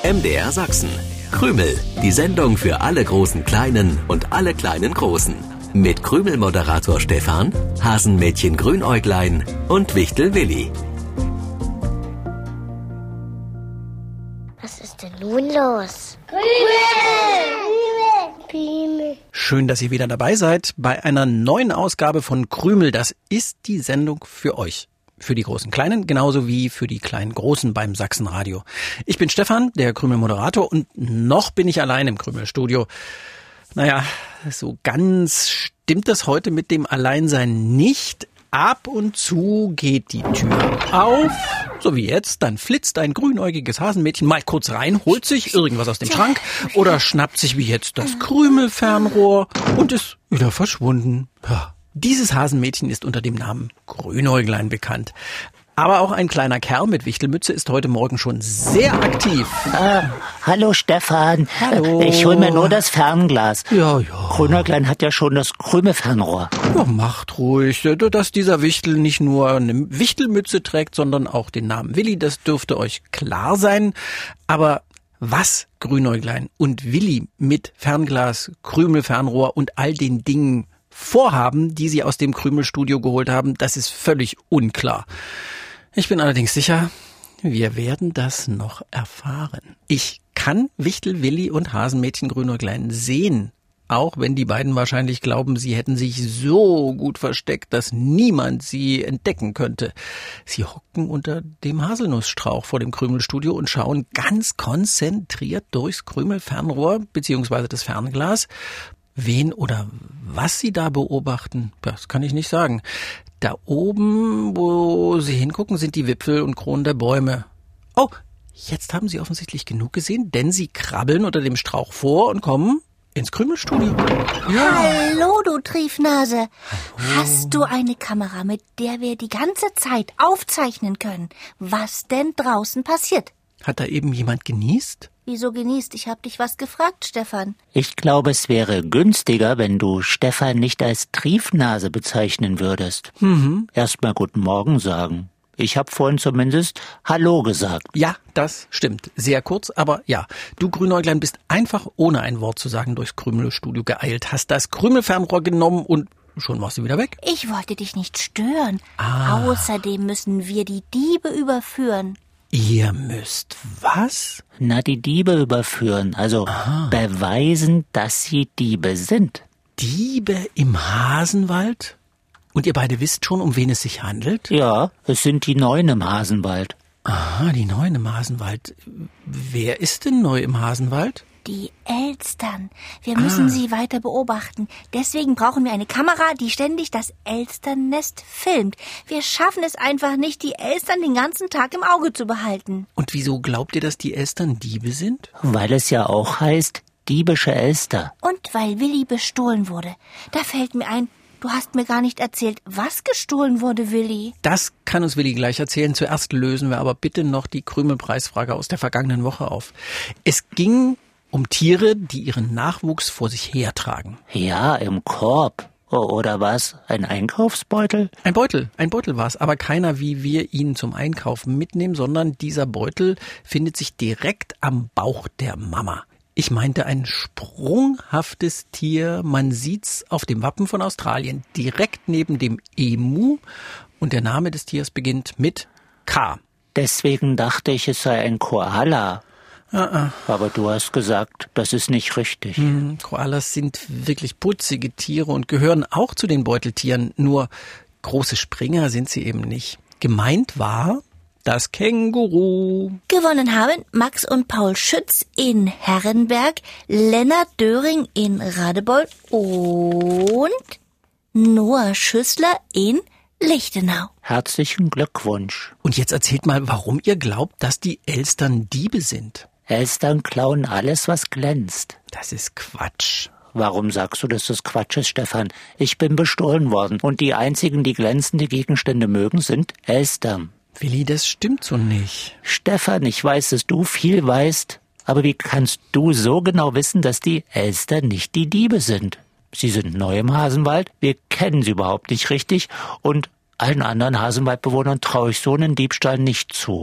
MDR Sachsen. Krümel, die Sendung für alle großen Kleinen und alle kleinen Großen. Mit Krümel-Moderator Stefan, Hasenmädchen Grünäuglein und Wichtel Willi. Was ist denn nun los? Krümel! Schön, dass ihr wieder dabei seid bei einer neuen Ausgabe von Krümel. Das ist die Sendung für euch. Für die großen Kleinen, genauso wie für die kleinen Großen beim Sachsenradio. Ich bin Stefan, der Krümel-Moderator, und noch bin ich allein im Krümelstudio. Naja, so ganz stimmt das heute mit dem Alleinsein nicht. Ab und zu geht die Tür auf, so wie jetzt, dann flitzt ein grünäugiges Hasenmädchen mal kurz rein, holt sich irgendwas aus dem Schrank oder schnappt sich wie jetzt das Krümelfernrohr und ist wieder verschwunden. Ja. Dieses Hasenmädchen ist unter dem Namen Grünäuglein bekannt. Aber auch ein kleiner Kerl mit Wichtelmütze ist heute Morgen schon sehr aktiv. Hallo Stefan. Hallo. Ich hol mir nur das Fernglas. Ja. Grünäuglein hat ja schon das Krümelfernrohr. Ja, macht ruhig. Dass dieser Wichtel nicht nur eine Wichtelmütze trägt, sondern auch den Namen Willi, das dürfte euch klar sein. Aber was Grünäuglein und Willi mit Fernglas, Krümelfernrohr und all den Dingen vorhaben, die sie aus dem Krümelstudio geholt haben, das ist völlig unklar. Ich bin allerdings sicher, wir werden das noch erfahren. Ich kann Wichtel Willi und Hasenmädchen Grünäuglein sehen, auch wenn die beiden wahrscheinlich glauben, sie hätten sich so gut versteckt, dass niemand sie entdecken könnte. Sie hocken unter dem Haselnussstrauch vor dem Krümelstudio und schauen ganz konzentriert durchs Krümelfernrohr bzw. das Fernglas. Wen oder was sie da beobachten, das kann ich nicht sagen. Da oben, wo sie hingucken, sind die Wipfel und Kronen der Bäume. Oh, jetzt haben sie offensichtlich genug gesehen, denn sie krabbeln unter dem Strauch vor und kommen ins Krümelstudio. Ja. Hallo, du Triefnase. Hallo. Hast du eine Kamera, mit der wir die ganze Zeit aufzeichnen können, was denn draußen passiert? Hat da eben jemand genießt? Wieso genießt? Ich hab dich was gefragt, Stefan. Ich glaube, es wäre günstiger, wenn du Stefan nicht als Triefnase bezeichnen würdest. Erstmal guten Morgen sagen. Ich habe vorhin zumindest Hallo gesagt. Ja, das stimmt. Sehr kurz, aber ja. Du Grünäuglein bist einfach ohne ein Wort zu sagen durchs Krümelstudio geeilt, hast das Krümelfernrohr genommen und schon warst du wieder weg. Ich wollte dich nicht stören. Außerdem müssen wir die Diebe überführen. Ihr müsst was? Na, die Diebe überführen, also beweisen, dass sie Diebe sind. Diebe im Hasenwald? Und ihr beide wisst schon, um wen es sich handelt? Ja, es sind die Neuen im Hasenwald. Aha, die Neuen im Hasenwald. Wer ist denn neu im Hasenwald? Die Elstern. Wir müssen sie weiter beobachten. Deswegen brauchen wir eine Kamera, die ständig das Elsternnest filmt. Wir schaffen es einfach nicht, die Elstern den ganzen Tag im Auge zu behalten. Und wieso glaubt ihr, dass die Elstern Diebe sind? Weil es ja auch heißt, diebische Elster. Und weil Willi bestohlen wurde. Da fällt mir ein, du hast mir gar nicht erzählt, was gestohlen wurde, Willi. Das kann uns Willi gleich erzählen. Zuerst lösen wir aber bitte noch die Krümelpreisfrage aus der vergangenen Woche auf. Es ging um Tiere, die ihren Nachwuchs vor sich hertragen. Ja, im Korb. Oder was? Ein Einkaufsbeutel? Ein Beutel war es, aber keiner, wie wir ihn zum Einkaufen mitnehmen, sondern dieser Beutel findet sich direkt am Bauch der Mama. Ich meinte ein sprunghaftes Tier, man sieht's auf dem Wappen von Australien, direkt neben dem Emu, und der Name des Tiers beginnt mit K. Deswegen dachte ich, es sei ein Koala. Aber du hast gesagt, das ist nicht richtig. Koalas sind wirklich putzige Tiere und gehören auch zu den Beuteltieren, nur große Springer sind sie eben nicht. Gemeint war das Känguru. Gewonnen haben Max und Paul Schütz in Herrenberg, Lennart Döring in Radebeul und Noah Schüssler in Lichtenau. Herzlichen Glückwunsch. Und jetzt erzählt mal, warum ihr glaubt, dass die Elstern Diebe sind. Elstern klauen alles, was glänzt. Das ist Quatsch. Warum sagst du, dass das Quatsch ist, Stefan? Ich bin bestohlen worden und die einzigen, die glänzende Gegenstände mögen, sind Elstern. Willi, das stimmt so nicht. Stefan, ich weiß, dass du viel weißt, aber wie kannst du so genau wissen, dass die Elstern nicht die Diebe sind? Sie sind neu im Hasenwald, wir kennen sie überhaupt nicht richtig und allen anderen Hasenwaldbewohnern traue ich so einen Diebstahl nicht zu.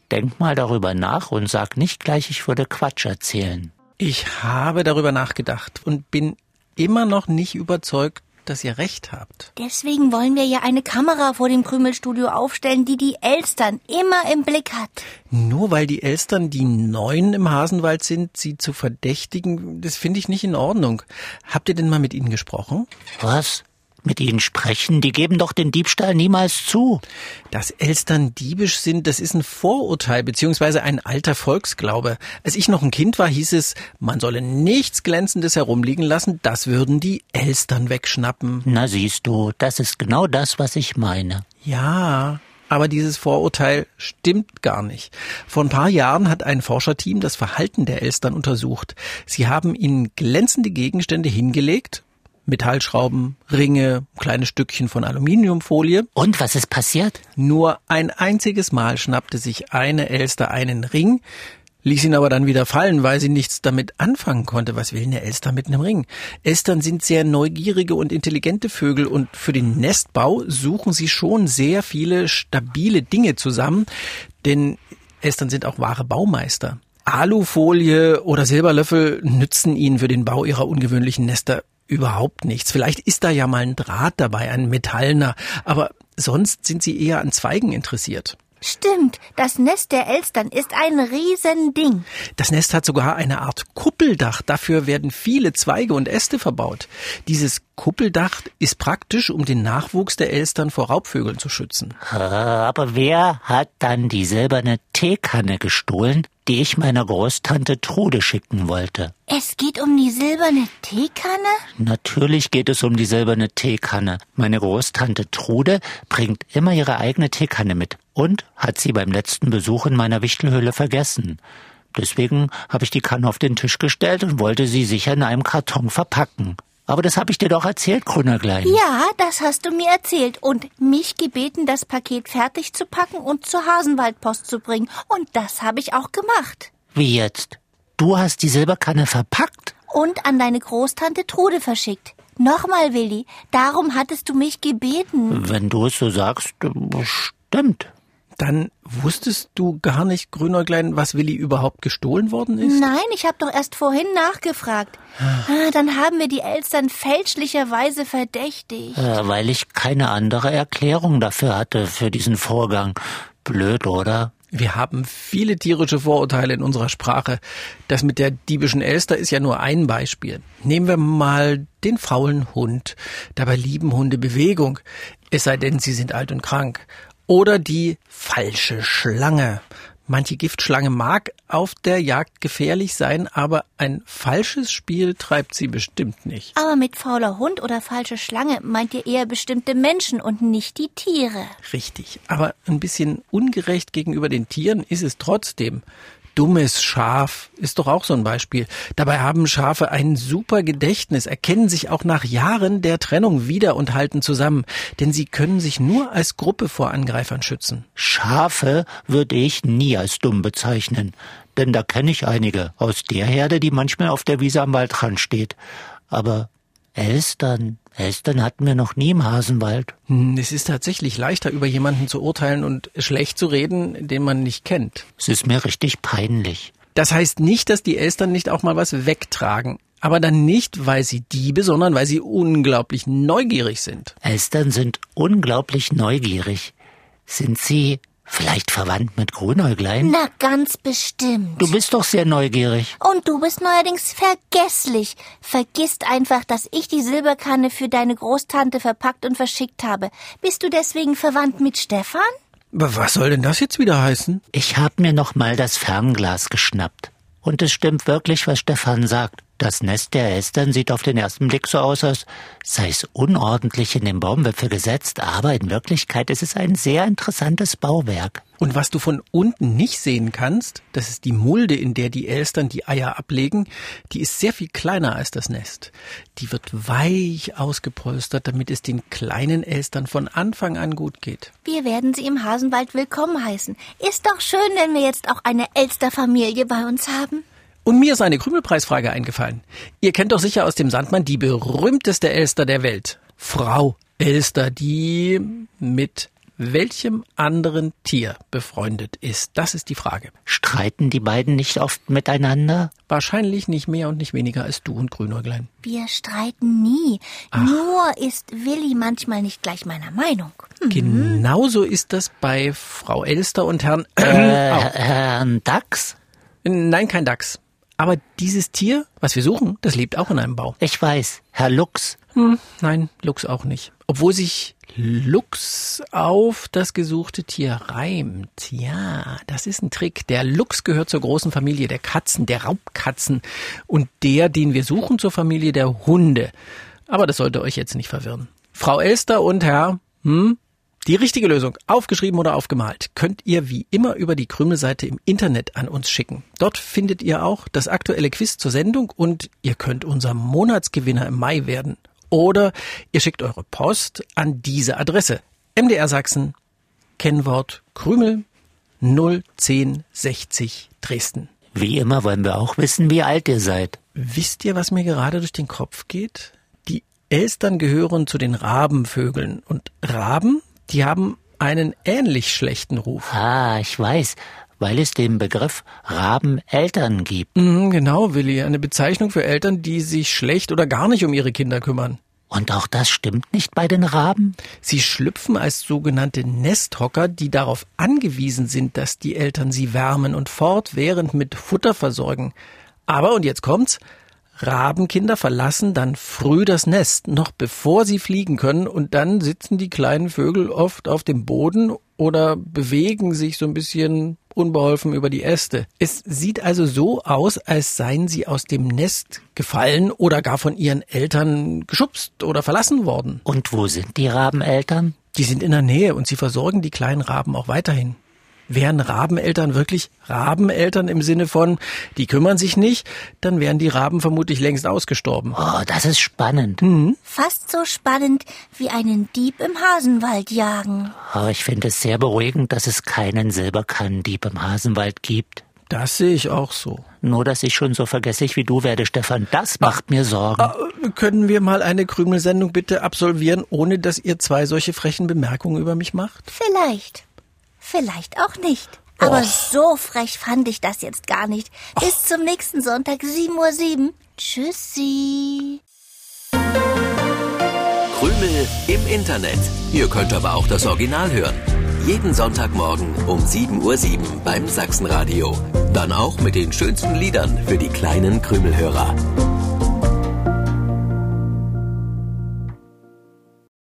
Denk mal darüber nach und sag nicht gleich, ich würde Quatsch erzählen. Ich habe darüber nachgedacht und bin immer noch nicht überzeugt, dass ihr recht habt. Deswegen wollen wir ja eine Kamera vor dem Krümelstudio aufstellen, die die Elstern immer im Blick hat. Nur weil die Elstern die Neuen im Hasenwald sind, sie zu verdächtigen, das finde ich nicht in Ordnung. Habt ihr denn mal mit ihnen gesprochen? Was? Mit ihnen sprechen? Die geben doch den Diebstahl niemals zu. Dass Elstern diebisch sind, das ist ein Vorurteil beziehungsweise ein alter Volksglaube. Als ich noch ein Kind war, hieß es, man solle nichts Glänzendes herumliegen lassen, das würden die Elstern wegschnappen. Na siehst du, das ist genau das, was ich meine. Ja, aber dieses Vorurteil stimmt gar nicht. Vor ein paar Jahren hat ein Forscherteam das Verhalten der Elstern untersucht. Sie haben ihnen glänzende Gegenstände hingelegt, Metallschrauben, Ringe, kleine Stückchen von Aluminiumfolie. Und was ist passiert? Nur ein einziges Mal schnappte sich eine Elster einen Ring, ließ ihn aber dann wieder fallen, weil sie nichts damit anfangen konnte. Was will eine Elster mit einem Ring? Elstern sind sehr neugierige und intelligente Vögel und für den Nestbau suchen sie schon sehr viele stabile Dinge zusammen, denn Elstern sind auch wahre Baumeister. Alufolie oder Silberlöffel nützen ihnen für den Bau ihrer ungewöhnlichen Nester überhaupt nichts. Vielleicht ist da ja mal ein Draht dabei, ein metallener, aber sonst sind sie eher an Zweigen interessiert. Stimmt, das Nest der Elstern ist ein Riesending. Das Nest hat sogar eine Art Kuppeldach. Dafür werden viele Zweige und Äste verbaut. Dieses Kuppeldach ist praktisch, um den Nachwuchs der Elstern vor Raubvögeln zu schützen. Aber wer hat dann die silberne Teekanne gestohlen, die ich meiner Großtante Trude schicken wollte? Es geht um die silberne Teekanne? Natürlich geht es um die silberne Teekanne. Meine Großtante Trude bringt immer ihre eigene Teekanne mit und hat sie beim letzten Besuch in meiner Wichtelhöhle vergessen. Deswegen habe ich die Kanne auf den Tisch gestellt und wollte sie sicher in einem Karton verpacken. Aber das habe ich dir doch erzählt, Grünerglein. Ja, das hast du mir erzählt und mich gebeten, das Paket fertig zu packen und zur Hasenwaldpost zu bringen. Und das habe ich auch gemacht. Wie jetzt? Du hast die Silberkanne verpackt? Und an deine Großtante Trude verschickt. Nochmal, Willi, darum hattest du mich gebeten. Wenn du es so sagst, stimmt. Dann wusstest du gar nicht, Grünäuglein, was Willi überhaupt gestohlen worden ist? Nein, ich habe doch erst vorhin nachgefragt. Dann haben wir die Elstern fälschlicherweise verdächtigt. Weil ich keine andere Erklärung dafür hatte, für diesen Vorgang. Blöd, oder? Wir haben viele tierische Vorurteile in unserer Sprache. Das mit der diebischen Elster ist ja nur ein Beispiel. Nehmen wir mal den faulen Hund. Dabei lieben Hunde Bewegung, es sei denn, sie sind alt und krank. Oder die falsche Schlange. Manche Giftschlange mag auf der Jagd gefährlich sein, aber ein falsches Spiel treibt sie bestimmt nicht. Aber mit fauler Hund oder falsche Schlange meint ihr eher bestimmte Menschen und nicht die Tiere. Richtig, aber ein bisschen ungerecht gegenüber den Tieren ist es trotzdem. Dummes Schaf ist doch auch so ein Beispiel. Dabei haben Schafe ein super Gedächtnis, erkennen sich auch nach Jahren der Trennung wieder und halten zusammen. Denn sie können sich nur als Gruppe vor Angreifern schützen. Schafe würde ich nie als dumm bezeichnen. Denn da kenne ich einige aus der Herde, die manchmal auf der Wiese am Waldrand steht. Aber Elstern hatten wir noch nie im Hasenwald. Es ist tatsächlich leichter, über jemanden zu urteilen und schlecht zu reden, den man nicht kennt. Es ist mir richtig peinlich. Das heißt nicht, dass die Elstern nicht auch mal was wegtragen. Aber dann nicht, weil sie Diebe, sondern weil sie unglaublich neugierig sind. Elstern sind unglaublich neugierig. Sind sie vielleicht verwandt mit Grünäuglein? Na, ganz bestimmt. Du bist doch sehr neugierig. Und du bist neuerdings vergesslich. Vergisst einfach, dass ich die Silberkanne für deine Großtante verpackt und verschickt habe. Bist du deswegen verwandt mit Stefan? Aber was soll denn das jetzt wieder heißen? Ich habe mir noch mal das Fernglas geschnappt. Und es stimmt wirklich, was Stefan sagt. Das Nest der Elstern sieht auf den ersten Blick so aus, als sei es unordentlich in den Baumwipfel gesetzt, aber in Wirklichkeit ist es ein sehr interessantes Bauwerk. Und was du von unten nicht sehen kannst, das ist die Mulde, in der die Elstern die Eier ablegen, die ist sehr viel kleiner als das Nest. Die wird weich ausgepolstert, damit es den kleinen Elstern von Anfang an gut geht. Wir werden sie im Hasenwald willkommen heißen. Ist doch schön, wenn wir jetzt auch eine Elsterfamilie bei uns haben. Und mir ist eine Krümelpreisfrage eingefallen. Ihr kennt doch sicher aus dem Sandmann die berühmteste Elster der Welt. Frau Elster, die mit welchem anderen Tier befreundet ist? Das ist die Frage. Streiten die beiden nicht oft miteinander? Wahrscheinlich nicht mehr und nicht weniger als du und Grünäuglein. Wir streiten nie. Nur ist Willi manchmal nicht gleich meiner Meinung. Genauso ist das bei Frau Elster und Herrn... Herrn Dachs? Nein, kein Dachs. Aber dieses Tier, was wir suchen, das lebt auch in einem Bau. Ich weiß, Herr Luchs. Nein, Luchs auch nicht. Obwohl sich Luchs auf das gesuchte Tier reimt. Ja, das ist ein Trick. Der Luchs gehört zur großen Familie der Katzen, der Raubkatzen. Und der, den wir suchen, zur Familie der Hunde. Aber das sollte euch jetzt nicht verwirren. Frau Elster und Herr... Die richtige Lösung, aufgeschrieben oder aufgemalt, könnt ihr wie immer über die Krümelseite im Internet an uns schicken. Dort findet ihr auch das aktuelle Quiz zur Sendung und ihr könnt unser Monatsgewinner im Mai werden. Oder ihr schickt eure Post an diese Adresse. MDR Sachsen, Kennwort Krümel 01060 Dresden. Wie immer wollen wir auch wissen, wie alt ihr seid. Wisst ihr, was mir gerade durch den Kopf geht? Die Elstern gehören zu den Rabenvögeln und Raben, die haben einen ähnlich schlechten Ruf. Ich weiß, weil es den Begriff Rabeneltern gibt. Genau, Willi, eine Bezeichnung für Eltern, die sich schlecht oder gar nicht um ihre Kinder kümmern. Und auch das stimmt nicht bei den Raben? Sie schlüpfen als sogenannte Nesthocker, die darauf angewiesen sind, dass die Eltern sie wärmen und fortwährend mit Futter versorgen. Aber, und jetzt kommt's, Rabenkinder verlassen dann früh das Nest, noch bevor sie fliegen können, und dann sitzen die kleinen Vögel oft auf dem Boden oder bewegen sich so ein bisschen unbeholfen über die Äste. Es sieht also so aus, als seien sie aus dem Nest gefallen oder gar von ihren Eltern geschubst oder verlassen worden. Und wo sind die Rabeneltern? Die sind in der Nähe und sie versorgen die kleinen Raben auch weiterhin. Wären Rabeneltern wirklich Rabeneltern im Sinne von, die kümmern sich nicht, dann wären die Raben vermutlich längst ausgestorben. Oh, das ist spannend. Fast so spannend wie einen Dieb im Hasenwald jagen. Oh, ich finde es sehr beruhigend, dass es keinen Silberkannendieb im Hasenwald gibt. Das sehe ich auch so. Nur, dass ich schon so vergesslich wie du werde, Stefan, das macht mir Sorgen. Können wir mal eine Krümelsendung bitte absolvieren, ohne dass ihr zwei solche frechen Bemerkungen über mich macht? Vielleicht auch nicht. Aber so frech fand ich das jetzt gar nicht. Bis zum nächsten Sonntag, 7:07 Uhr. Tschüssi. Krümel im Internet. Ihr könnt aber auch das Original hören. Jeden Sonntagmorgen um 7:07 Uhr beim Sachsenradio. Dann auch mit den schönsten Liedern für die kleinen Krümelhörer.